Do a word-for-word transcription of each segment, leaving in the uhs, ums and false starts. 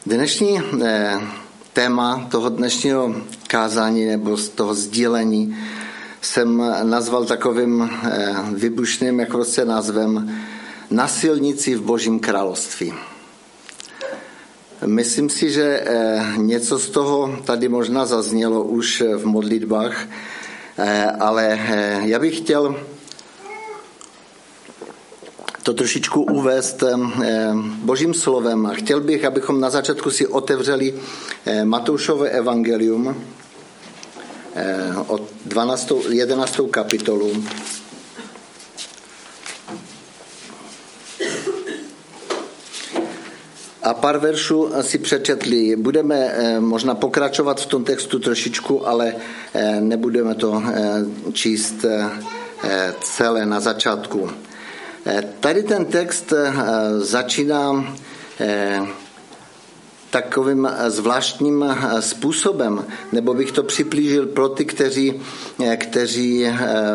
Dnešní eh, téma toho dnešního kázání nebo z toho sdílení jsem nazval takovým eh, vybušným, jak prostě názvem, Na silnici v Božím království. Myslím si, že eh, něco z toho tady možná zaznělo už v modlitbách, eh, ale eh, já bych chtěl to trošičku uvést Božím slovem. A chtěl bych, abychom na začátku si otevřeli Matoušovo evangelium od dvanáctou, jedenáctou kapitolu. A pár veršů si přečetli. Budeme možná pokračovat v tom textu trošičku, ale nebudeme to číst celé na začátku. Tady ten text začíná takovým zvláštním způsobem, nebo bych to přiblížil pro ty, kteří, kteří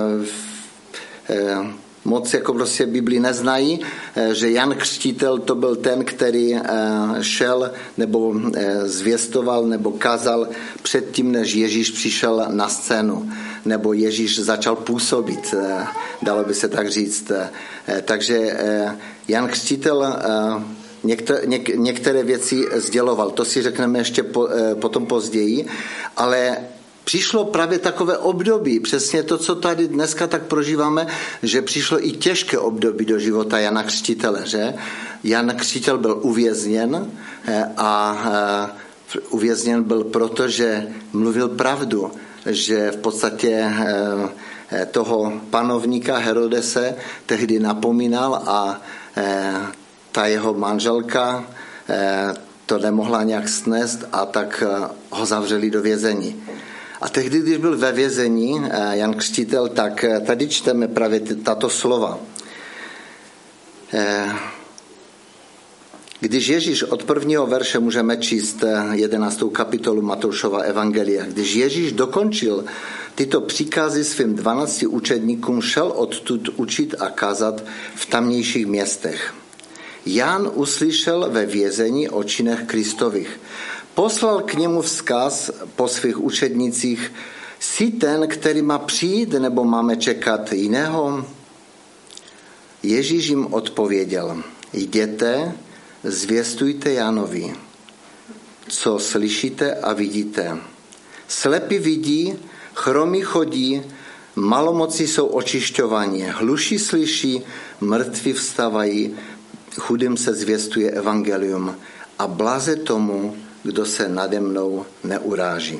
moc jako prostě Bibli neznají, že Jan Křtitel to byl ten, který šel nebo zvěstoval nebo kázal předtím, než Ježíš přišel na scénu, nebo Ježíš začal působit, dalo by se tak říct. Takže Jan Křtitel některé věci sděloval, to si řekneme ještě potom později, ale přišlo právě takové období, přesně to, co tady dneska tak prožíváme, že přišlo i těžké období do života Jana Křtitele, že? Jan Křtitel byl uvězněn a uvězněn byl proto, že mluvil pravdu, že v podstatě toho panovníka Herodese tehdy napomínal a ta jeho manželka to nemohla nějak snést a tak ho zavřeli do vězení. A tehdy, když byl ve vězení Jan Křtitel, tak tady čteme právě tato slova. Když Ježíš od prvního verše můžeme číst jedenáctou kapitolu Matoušova evangelia, když Ježíš dokončil tyto příkazy svým dvanácti učedníkům, šel odtud učit a kázat v tamnějších městech. Jan uslyšel ve vězení o činech Kristových. Poslal k němu vzkaz po svých učednicích: Jsi ten, který má přijít, nebo máme čekat jiného? Ježíš jim odpověděl: Jděte, zvěstujte Janovi, co slyšíte a vidíte. Slepí vidí, chromí chodí, malomocí jsou očišťováni, hluší slyší, mrtví vstávají, chudým se zvěstuje evangelium a blaze tomu, kdo se nade mnou neuráží.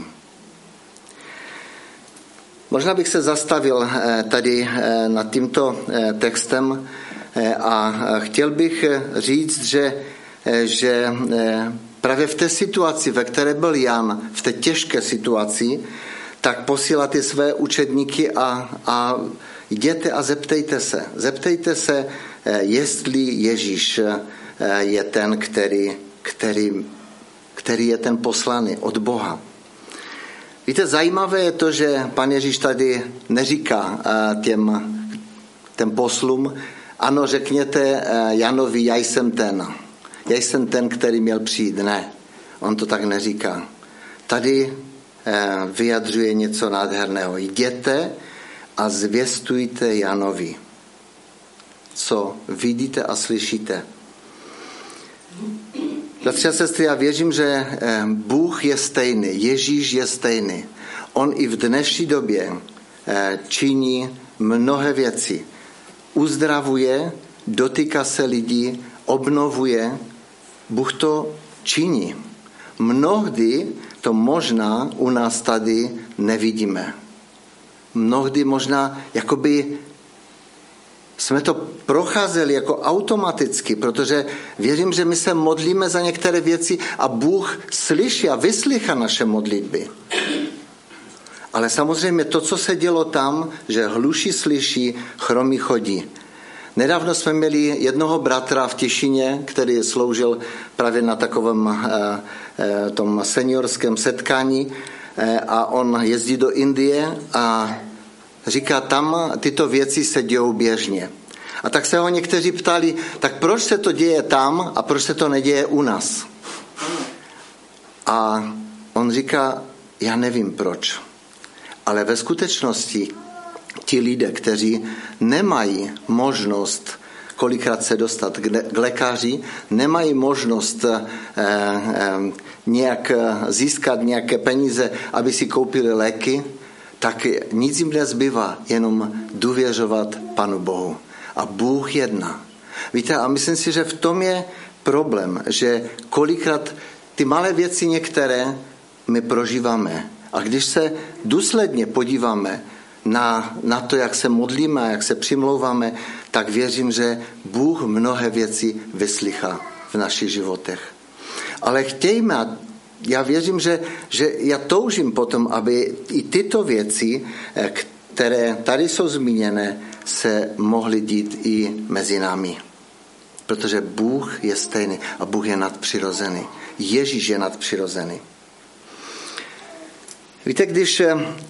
Možná bych se zastavil tady nad tímto textem a chtěl bych říct, že, že právě v té situaci, ve které byl Jan, v té těžké situaci, tak posílá ty své učedníky a, a jděte a zeptejte se. Zeptejte se, jestli Ježíš je ten, který, který, který je ten poslaný od Boha. Víte, zajímavé je to, že pan Ježíš tady neříká těm, těm poslům: ano, řekněte Janovi, já jsem ten. Já jsem ten, který měl přijít. Ne, on to tak neříká. Tady vyjadřuje něco nádherného. Jděte a zvěstujte Janovi, co vidíte a slyšíte. Bratři a sestry, já věřím, že Bůh je stejný, Ježíš je stejný. On i v dnešní době činí mnohé věci. Uzdravuje, dotýká se lidí, obnovuje. Bůh to činí. Mnohdy to možná u nás tady nevidíme. Mnohdy možná jakoby jsme to procházeli jako automaticky, protože věřím, že my se modlíme za některé věci a Bůh slyší a vyslychá naše modlitby. Ale samozřejmě to, co se dělo tam, že hluší slyší, chromí chodí. Nedávno jsme měli jednoho bratra v Těšíně, který sloužil právě na takovém eh, tom seniorském setkání eh, a on jezdí do Indie a říká, tam tyto věci se dějou běžně. A tak se ho někteří ptali, tak proč se to děje tam a proč se to neděje u nás? A on říká, já nevím proč, ale ve skutečnosti ti lidé, kteří nemají možnost kolikrát se dostat k lékaři, nemají možnost eh, eh, nějak získat nějaké peníze, aby si koupili léky, tak nic jim nezbývá, jenom důvěřovat Panu Bohu. A Bůh jedná. Víte, a myslím si, že v tom je problém, že kolikrát ty malé věci některé my prožíváme. A když se důsledně podíváme na, na to, jak se modlíme, jak se přimlouváme, tak věřím, že Bůh mnohé věci vyslychá v našich životech. Ale chtějme, já věřím, že, že já toužím potom, aby i tyto věci, které tady jsou zmíněné, se mohly dít i mezi námi. Protože Bůh je stejný a Bůh je nadpřirozený. Ježíš je nadpřirozený. Víte, když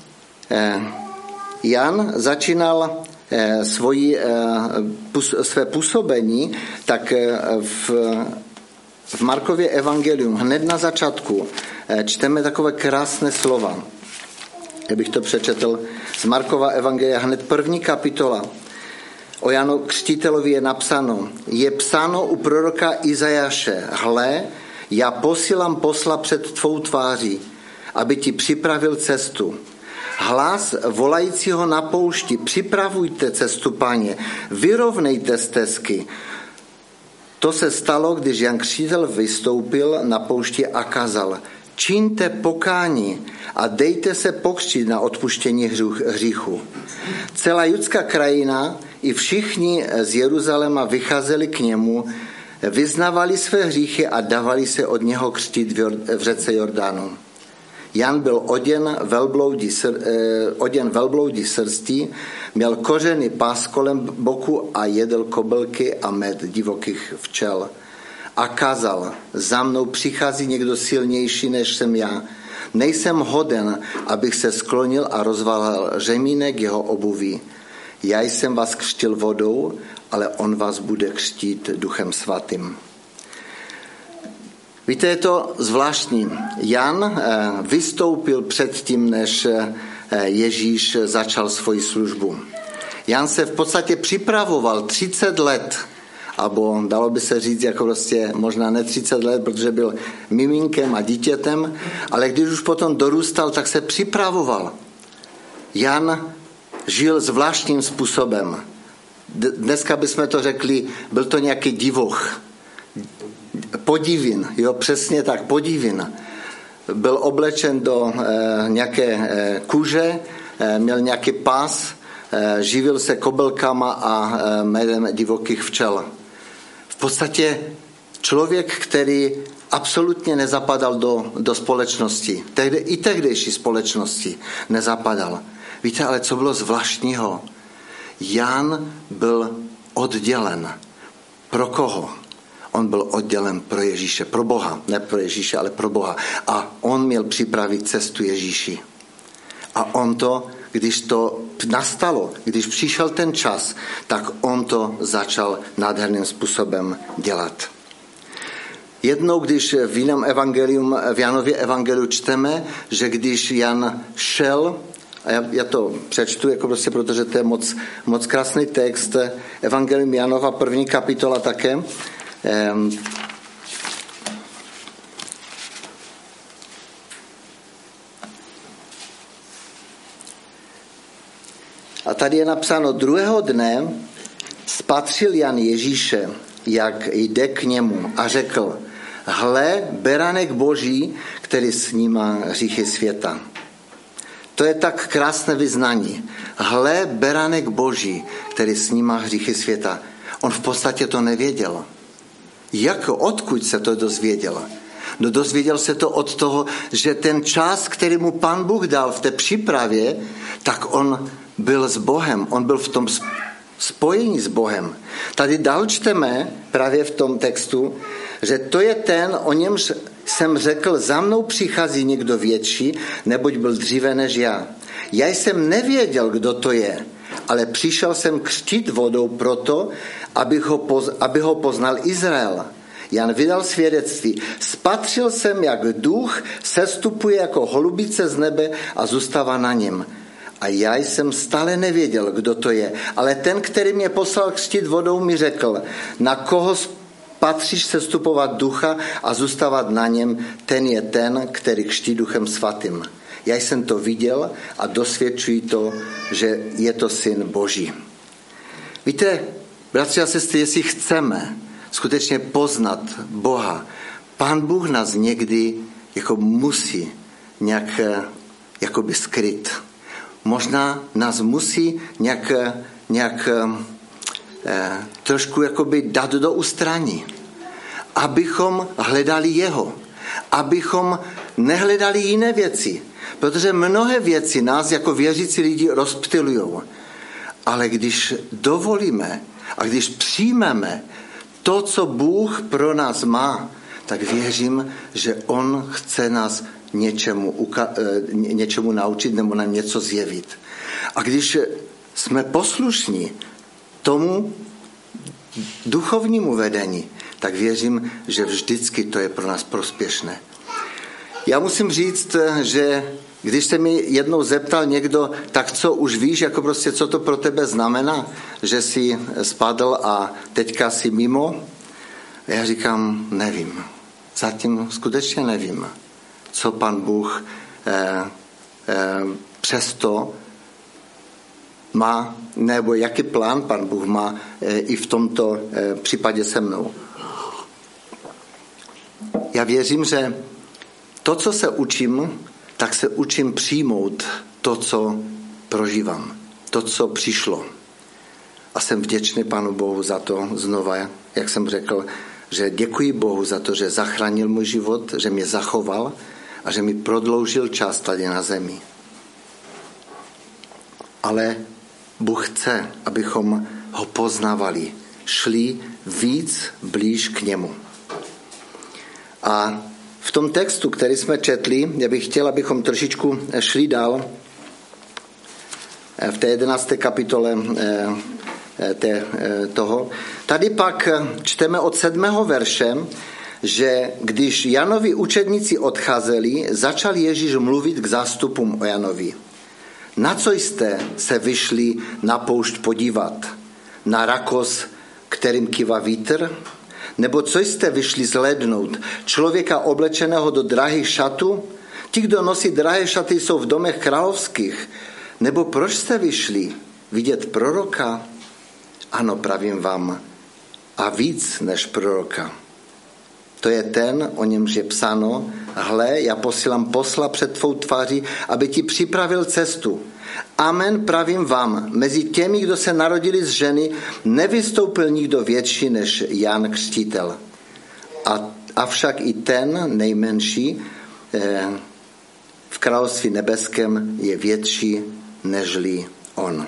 Jan začínal svoji, své působení, tak v, v Markově evangelium hned na začátku čteme takové krásné slova. Já bych to přečetl z Markova evangelia, hned první kapitola. O Janu Křtitelovi je napsáno, je psáno u proroka Izajáše, hle, já posílám posla před tvou tváří, aby ti připravil cestu. Hlas volajícího na poušti, připravujte cestu, Páně, vyrovnejte stezky. To se stalo, když Jan Křtitel vystoupil na poušti a kazal, čiňte pokání a dejte se pokřtít na odpuštění hříchu. Celá judská krajina i všichni z Jeruzaléma vycházeli k němu, vyznávali své hříchy a dávali se od něho křtít v řece Jordánu. Jan byl oděn velbloudí, oděn velbloudí srstí, měl kořený pás kolem boku a jedl kobylky a med divokých včel. A kázal, za mnou přichází někdo silnější, než jsem já. Nejsem hoden, abych se sklonil a rozvalil řemínek jeho obuví. Já jsem vás křtil vodou, ale on vás bude křtít Duchem svatým. Víte, je to zvláštní. Jan vystoupil předtím, než Ježíš začal svoji službu. Jan se v podstatě připravoval třicet let, abo dalo by se říct, jako prostě možná ne třicet let, protože byl miminkem a dítětem, ale když už potom dorůstal, tak se připravoval. Jan žil zvláštním způsobem. Dneska bychom to řekli, byl to nějaký divoch. Podivin, jo, přesně tak, podivin. Byl oblečen do e, nějaké e, kůže, e, měl nějaký pás, e, živil se kobylkama a e, medem divokých včel. V podstatě člověk, který absolutně nezapadal do, do společnosti. Tehdy, i tehdejší společnosti nezapadal. Víte, ale co bylo zvláštního? Jan byl oddělen. Pro koho? On byl oddělen pro Ježíše, pro Boha, ne pro Ježíše, ale pro Boha. A on měl připravit cestu Ježíši. A on to, když to nastalo, když přišel ten čas, tak on to začal nádherným způsobem dělat. Jednou, když v jiném evangelium, v Janově evangeliu čteme, že když Jan šel, a já, já to přečtu, jako prostě, protože to je moc, moc krásný text, evangelium Janova, první kapitola také, a tady je napsáno, druhého dne spatřil Jan Ježíše, jak jde k němu a řekl, hle, beránek Boží, který snímá hříchy světa. To je tak krásné vyznání. Hle, beránek Boží, který snímá hříchy světa. On v podstatě to nevěděl. Jak, odkud se to dozvěděl? No dozvěděl se to od toho, že ten čas, který mu Pán Bůh dal v té přípravě, tak on byl s Bohem, on byl v tom spojení s Bohem. Tady dál čteme právě v tom textu, že to je ten, o němž jsem řekl, za mnou přichází někdo větší, neboť byl dříve než já. Já jsem nevěděl, kdo to je, ale přišel jsem křtít vodou proto, aby ho, poz, aby ho poznal Izrael. Jan vydal svědectví. Spatřil jsem, jak duch sestupuje jako holubice z nebe a zůstává na něm. A já jsem stále nevěděl, kdo to je. Ale ten, který mě poslal křtít vodou, mi řekl, na koho patříš sestupovat ducha a zůstávat na něm, ten je ten, který křtí duchem svatým. Já jsem to viděl a dosvědčuji to, že je to syn Boží. Víte, bratři a sestry, jestli chceme skutečně poznat Boha, Pán Bůh nás někdy jako musí nějak jakoby skryt. Možná nás musí nějak, nějak eh, trošku jakoby dát do ústraní, abychom hledali jeho, abychom nehledali jiné věci, protože mnohé věci nás jako věřící lidi rozptylujou. Ale když dovolíme a když přijmeme to, co Bůh pro nás má, tak věřím, že on chce nás něčemu, uka- něčemu naučit nebo nám něco zjevit. A když jsme poslušní tomu duchovnímu vedení, tak věřím, že vždycky to je pro nás prospěšné. Já musím říct, že když se mi jednou zeptal někdo, tak co už víš, jako prostě co to pro tebe znamená, že jsi spadl a teďka jsi mimo, já říkám, nevím. Zatím skutečně nevím, co Pan Bůh eh, eh, přesto má, nebo jaký plán Pan Bůh má eh, i v tomto eh, případě se mnou. Já věřím, že to, co se učím, tak se učím přijmout to, co prožívám, to, co přišlo. A jsem vděčný Pánu Bohu za to znova, jak jsem řekl, že děkuji Bohu za to, že zachránil můj život, že mě zachoval a že mi prodloužil čas tady na zemi. Ale Bůh chce, abychom ho poznávali, šli víc blíž k němu. A v tom textu, který jsme četli, já bych chtěl, abychom trošičku šli dál v té jedenácté kapitole té, toho. Tady pak čteme od sedmého verše, že když Janovi učedníci odcházeli, začal Ježíš mluvit k zástupům o Janovi. Na co jste se vyšli na poušť podívat? Na rakos, kterým kývá vítr? Nebo co jste vyšli zhlédnout? Člověka oblečeného do drahých šatů? Ti, kdo nosí drahé šaty, jsou v domech královských. Nebo proč jste vyšli? Vidět proroka? Ano, pravím vám, a víc než proroka. To je ten, o němž je psáno, hle, já posílám posla před tvou tváří, aby ti připravil cestu. Amen, pravím vám, mezi těmi, kdo se narodili z ženy, nevystoupil nikdo větší než Jan Křtitel. A, avšak i ten nejmenší eh, v království nebeském je větší nežli on.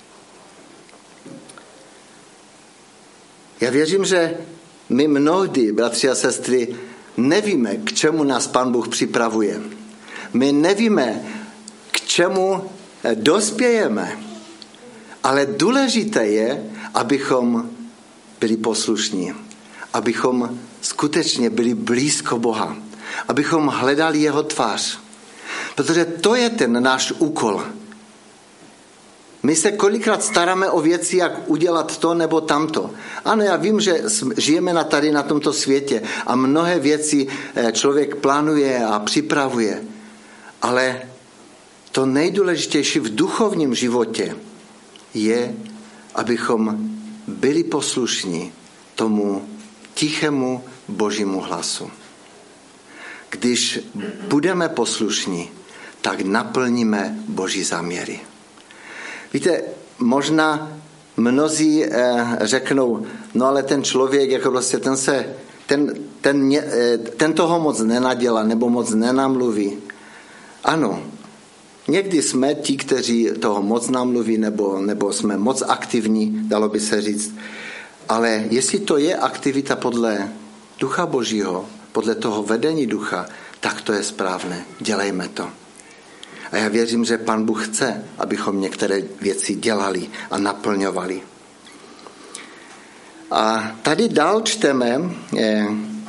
Já věřím, že my mnohdy, bratři a sestry, nevíme, k čemu nás Pán Bůh připravuje. My nevíme, k čemu dospějeme. Ale důležité je, abychom byli poslušní. Abychom skutečně byli blízko Boha. Abychom hledali jeho tvář. Protože to je ten náš úkol. My se kolikrát staráme o věci, jak udělat to nebo tamto. Ano, já vím, že žijeme na tady na tomto světě a mnohé věci člověk plánuje a připravuje. Ale to nejdůležitější v duchovním životě je, abychom byli poslušní tomu tichému Božímu hlasu. Když budeme poslušní, tak naplníme Boží záměry. Víte, možná mnozí eh, řeknou, no ale ten člověk, jako vlastně ten se, ten, ten, eh, ten toho moc nenadělá, nebo moc nenamluví. Ano, někdy jsme ti, kteří toho moc namluví, nebo, nebo jsme moc aktivní, dalo by se říct. Ale jestli to je aktivita podle Ducha Božího, podle toho vedení ducha, tak to je správné. Dělejme to. A já věřím, že Pan Bůh chce, abychom některé věci dělali a naplňovali. A tady dál čteme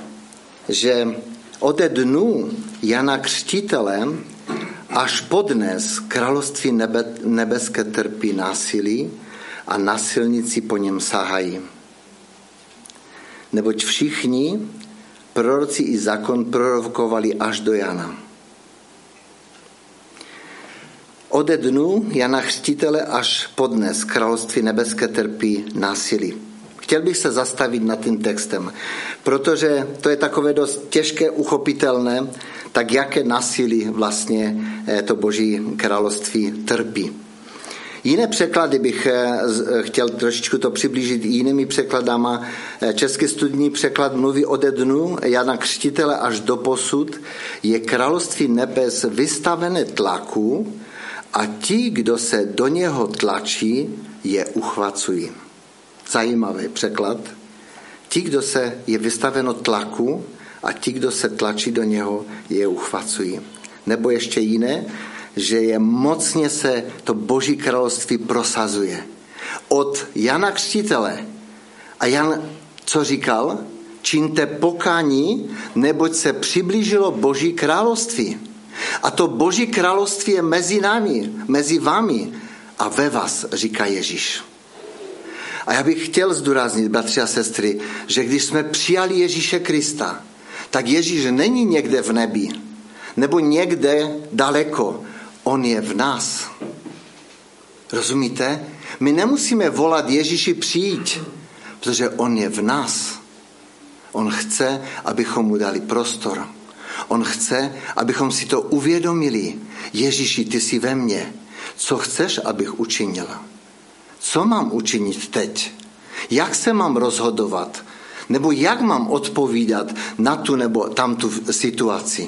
že ode dnů Jana Křtitele až podnes království nebe, nebeské trpí násilí a násilníci po něm sahají. Neboť všichni proroci i zákon prorokovali až do Jana. Ode dnů Jana Křtitele až podnes království nebeské trpí násilí. Chtěl bych se zastavit nad tím textem, protože to je takové dost těžké uchopitelné, tak jaké násilí vlastně to Boží království trpí. Jiné překlady bych chtěl trošičku to přiblížit jinými překladama. Český studijní překlad mluví ode dnu Jana Křtitele až do posud je království nebes vystavené tlaku a ti, kdo se do něho tlačí, je uchvacují. Zajímavý překlad. Ti, kdo se je vystaveno tlaku a ti, kdo se tlačí do něho, je uchvacují. Nebo ještě jiné, že je mocně se to Boží království prosazuje. Od Jana Křtitele. A Jan co říkal? Čiňte pokání, neboť se přiblížilo Boží království. A to Boží království je mezi námi, mezi vámi a ve vás, říká Ježíš. A já bych chtěl zdůraznit, bratři a sestry, že když jsme přijali Ježíše Krista, tak Ježíš není někde v nebi, nebo někde daleko. On je v nás. Rozumíte? My nemusíme volat Ježíši přijít, protože on je v nás. On chce, abychom mu dali prostor. On chce, abychom si to uvědomili. Ježíši, ty jsi ve mně. Co chceš, abych učinil? Co mám učinit teď? Jak se mám rozhodovat? Nebo jak mám odpovídat na tu nebo tamtu situaci?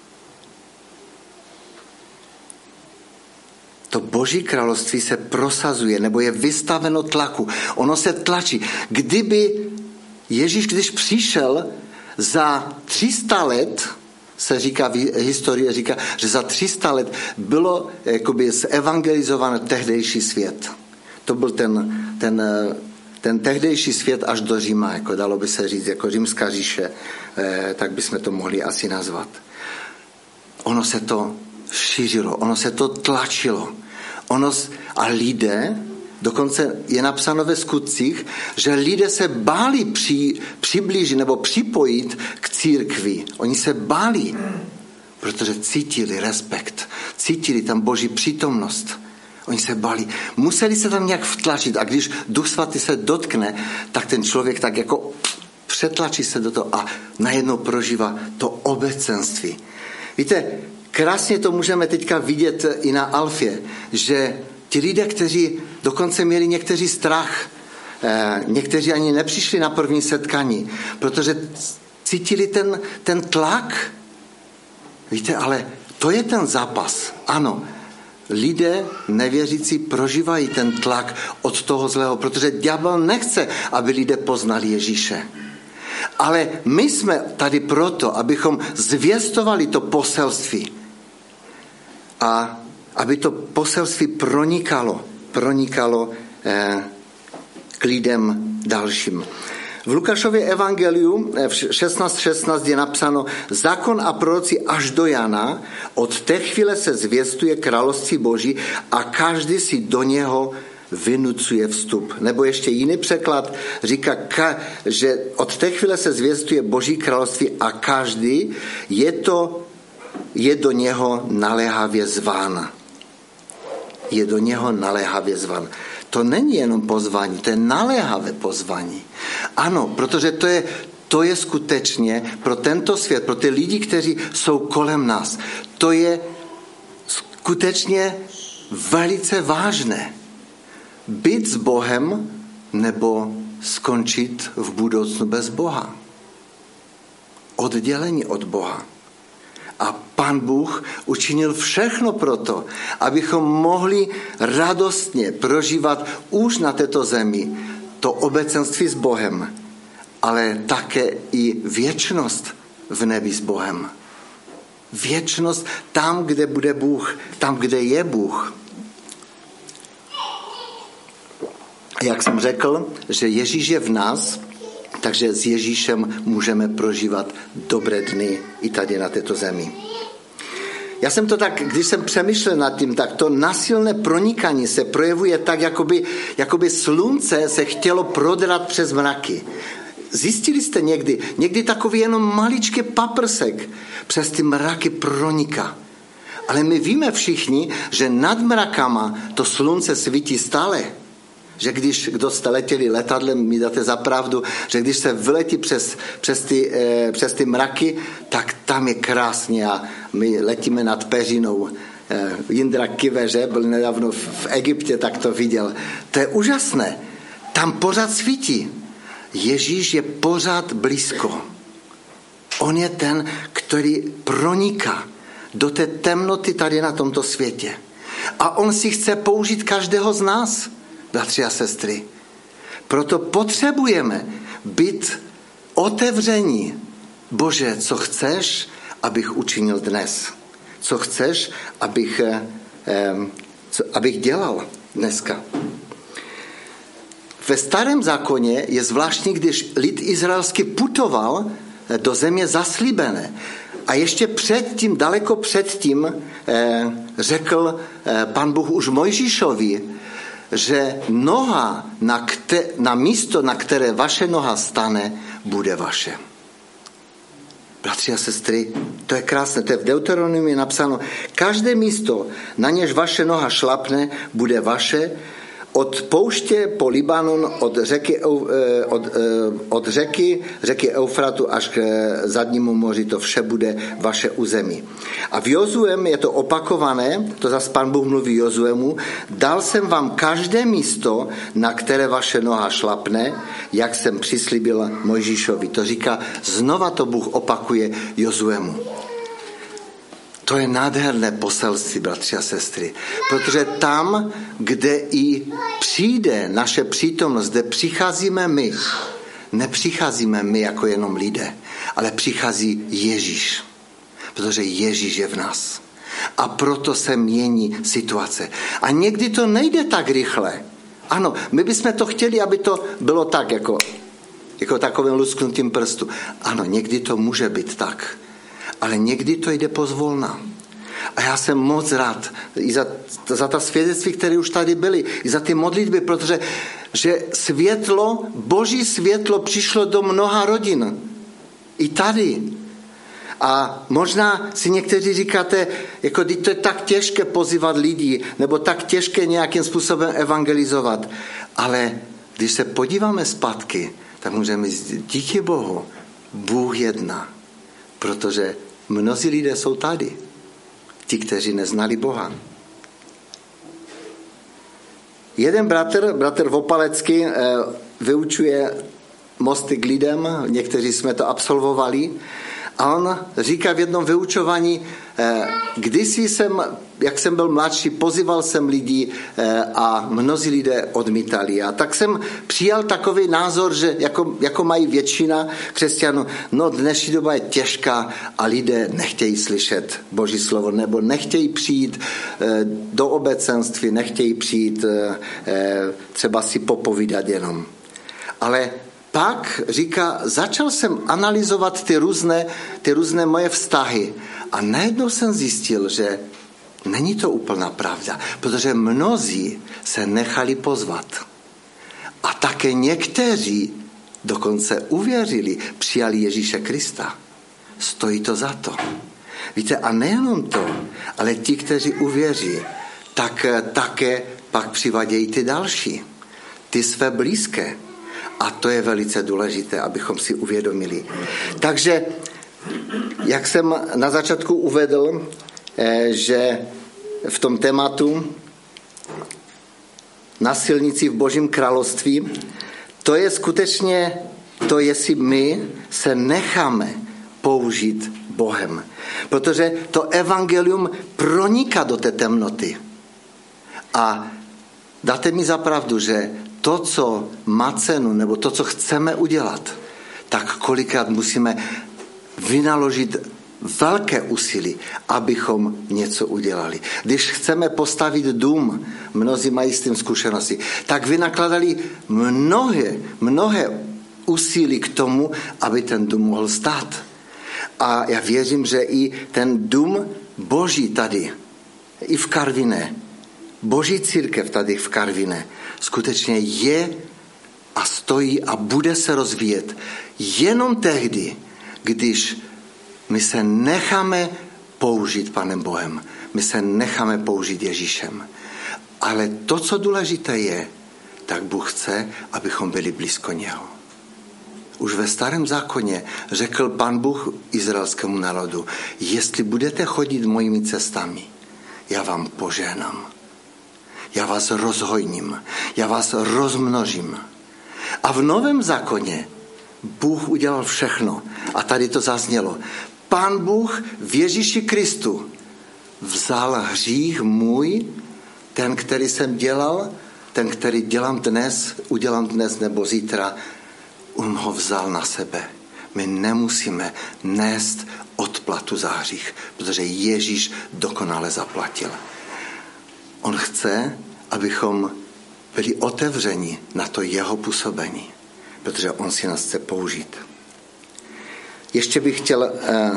To Boží království se prosazuje, nebo je vystaveno tlaku. Ono se tlačí. Kdyby Ježíš, když přišel za tři sta let, se říká, historie říká, že za tři sta let bylo jakoby zevangelizován tehdejší svět. To byl ten, ten, ten tehdejší svět až do Říma, jako dalo by se říct, jako římská říše, tak bychom to mohli asi nazvat. Ono se to šířilo, ono se to tlačilo. Ono, a lidé, dokonce je napsáno ve skutcích, že lidé se báli při, přiblížit nebo připojit k církvi. Oni se báli, protože cítili respekt, cítili tam Boží přítomnost. Oni se báli. Museli se tam nějak vtlačit a když Duch Svatý se dotkne, tak ten člověk tak jako přetlačí se do toho a najednou prožívá to obecenství. Víte, krásně to můžeme teďka vidět i na Alfě, že ti lidé, kteří dokonce měli někteří strach, eh, někteří ani nepřišli na první setkání, protože cítili ten, ten tlak. Víte, ale to je ten zápas. Ano, lidé nevěřící prožívají ten tlak od toho zlého, protože ďábel nechce, aby lidé poznali Ježíše. Ale my jsme tady proto, abychom zvěstovali to poselství. A aby to poselství pronikalo, pronikalo eh, k lidem dalším. V Lukášově evangeliu v šestnáct šestnáct je napsáno zákon a proroci až do Jana, od té chvíle se zvěstuje království Boží a každý si do něho vynucuje vstup. Nebo ještě jiný překlad říká, že od té chvíle se zvěstuje Boží království a každý je, to, je do něho naléhavě zván. Je do něho naléhavě zván. To není jenom pozvání, to je naléhavé pozvání. Ano, protože to je, to je skutečně pro tento svět, pro ty lidi, kteří jsou kolem nás, to je skutečně velice vážné. Být s Bohem nebo skončit v budoucnu bez Boha. Oddělení od Boha. A Pán Bůh učinil všechno proto, abychom mohli radostně prožívat už na této zemi to obecenství s Bohem, ale také i věčnost v nebi s Bohem. Věčnost tam, kde bude Bůh, tam, kde je Bůh. Jak jsem řekl, že Ježíš je v nás, Takže s Ježíšem můžeme prožívat dobré dny i tady na této zemi. Já jsem to tak, když jsem přemýšlel nad tím, tak to násilné pronikání se projevuje tak, jakoby, jakoby slunce se chtělo prodrat přes mraky. Zjistili jste někdy, někdy takový jenom maličký paprsek přes ty mraky proniká. Ale my víme všichni, že nad mrakama to slunce svítí stále. Že když, kdo jste letěli letadlem, mi dáte za pravdu, že když se vyletí přes, přes, ty, eh, přes ty mraky, tak tam je krásně a my letíme nad peřinou. Eh, Jindra Kive, že byl nedávno v, v Egyptě, tak to viděl. To je úžasné. Tam pořád svítí. Ježíš je pořád blízko. On je ten, který proniká do té temnoty tady na tomto světě. A on si chce použít každého z nás, bratři a sestry. Proto potřebujeme být otevření. Bože, co chceš, abych učinil dnes? Co chceš, abych, eh, co, abych dělal dneska? Ve starém zákoně je zvláštní, když lid izraelský putoval do země zaslíbené. A ještě předtím, daleko předtím, eh, řekl eh, pan Bůh už Mojžíšovi, že noha na, kte, na místo, na které vaše noha stane, bude vaše. Bratři a sestry, to je krásné, to je v Deuteronomiu napsáno, každé místo, na něž vaše noha šlapne, bude vaše, od pouště po Libanon, od řeky, od, od řeky, řeky Eufratu až k zadnímu moři, to vše bude vaše území. A v Jozuem je to opakované, to zase pan Bůh mluví Jozuemu, dal jsem vám každé místo, na které vaše noha šlapne, jak jsem přislíbil Mojžíšovi. To říká, znova to Bůh opakuje Jozuemu. To je nádherné poselství, bratři a sestry. Protože tam, kde i přijde naše přítomnost, kde přicházíme my, nepřicházíme my jako jenom lidé, ale přichází Ježíš. Protože Ježíš je v nás. A proto se mění situace. A někdy to nejde tak rychle. Ano, my bychom to chtěli, aby to bylo tak, jako, jako takovým lusknutím prstu. Ano, někdy to může být tak. Ale někdy to jde pozvolna. A já jsem moc rád i za, za ta svědectví, které už tady byly, i za ty modlitby, protože že světlo, boží světlo přišlo do mnoha rodin. I tady. A možná si někteří říkáte, jako to je tak těžké pozývat lidi, nebo tak těžké nějakým způsobem evangelizovat. Ale když se podíváme zpátky, tak můžeme říct, díky Bohu, Bůh jedná. Protože mnozí lidé jsou tady. Ti, kteří neznali Boha. Jeden bratr, bratr Vopalecký, vyučuje mosty k lidem, někteří jsme to absolvovali, a on říká v jednom vyučování, kdysi jsem, jak jsem byl mladší, pozýval jsem lidi a mnozí lidé odmítali. A tak jsem přijal takový názor, že jako, jako mají většina křesťanů, no dnešní doba je těžká a lidé nechtějí slyšet Boží slovo, nebo nechtějí přijít do obecenství, nechtějí přijít třeba si popovídat jenom. Ale pak říká, začal jsem analyzovat ty různé, ty různé moje vztahy a najednou jsem zjistil, že není to úplná pravda, protože mnozí se nechali pozvat. A také někteří dokonce uvěřili, přijali Ježíše Krista. Stojí to za to. Víte, a nejenom to, ale ti, kteří uvěří, tak také pak přivadějí ty další, ty své blízké. A to je velice důležité, abychom si uvědomili. Takže, jak jsem na začátku uvedl, že v tom tématu na silnici v Božím království, to je skutečně to, jestli my se necháme použít Bohem. Protože to evangelium proniká do té temnoty. A dáte mi za pravdu, že to, co má cenu, nebo to, co chceme udělat, tak kolikrát musíme vynaložit velké úsilí, abychom něco udělali. Když chceme postavit dům, mnozí mají s tím zkušenosti, tak vynakladali mnohé, mnohé úsilí k tomu, aby ten dům mohl stát. A já věřím, že i ten dům Boží tady, i v Karviné, Boží církev tady v Karviné, skutečně je a stojí a bude se rozvíjet jenom tehdy, když my se necháme použít Panem Bohem, my se necháme použít Ježíšem. Ale to, co důležité je, tak Bůh chce, abychom byli blízko něho. Už ve starém zákoně řekl Pán Bůh izraelskému národu, jestli budete chodit mojimi cestami, já vám požehnám. Já vás rozhojním, já vás rozmnožím. A v novém zákoně Bůh udělal všechno. A tady to zaznělo. Pán Bůh v Ježíši Kristu vzal hřích můj, ten, který jsem dělal, ten, který dělám dnes, udělám dnes nebo zítra, on ho vzal na sebe. My nemusíme nést odplatu za hřích, protože Ježíš dokonale zaplatil. On chce, abychom byli otevřeni na to jeho působení, protože on si nás chce použít. Ještě bych chtěl eh,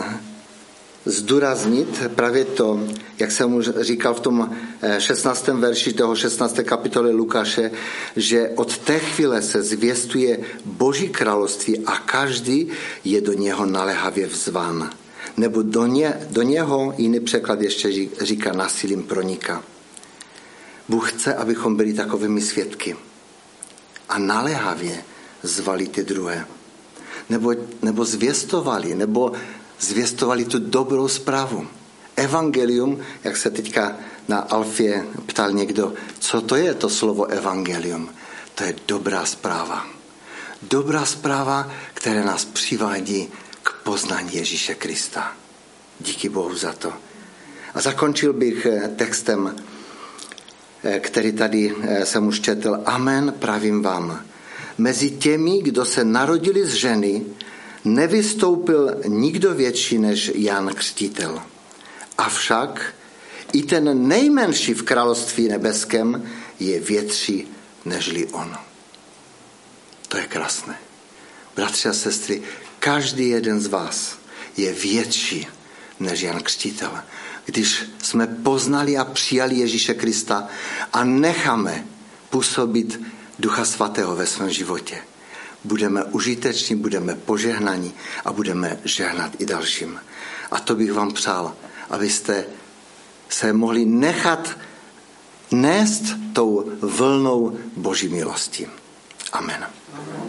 zdůraznit právě to, jak jsem už říkal v tom šestnáctém verši toho šestnácté kapitoly Lukáše, že od té chvíle se zvěstuje Boží království a každý je do něho naléhavě vzván. Nebo do, ně, do něho, jiný překlad ještě říká, násilím proniká. Bůh chce, abychom byli takovými svědky a naléhavě zvali ty druhé. Nebo, nebo zvěstovali, nebo zvěstovali tu dobrou zprávu. Evangelium, jak se teďka na Alfě ptal někdo, co to je to slovo evangelium? To je dobrá zpráva. Dobrá zpráva, která nás přivádí k poznání Ježíše Krista. Díky Bohu za to. A zakončil bych textem, který tady jsem už četl. Amen, pravím vám. Mezi těmi, kdo se narodili z ženy, nevystoupil nikdo větší než Jan Křtitel. Avšak i ten nejmenší v království nebeském je větší nežli on. To je krásné. Bratři a sestry, každý jeden z vás je větší než Jan Křtitel. Když jsme poznali a přijali Ježíše Krista a necháme působit Ducha Svatého ve svém životě, budeme užiteční, budeme požehnaní a budeme žehnat i dalším. A to bych vám přál, abyste se mohli nechat nést tou vlnou Boží milosti. Amen. Amen.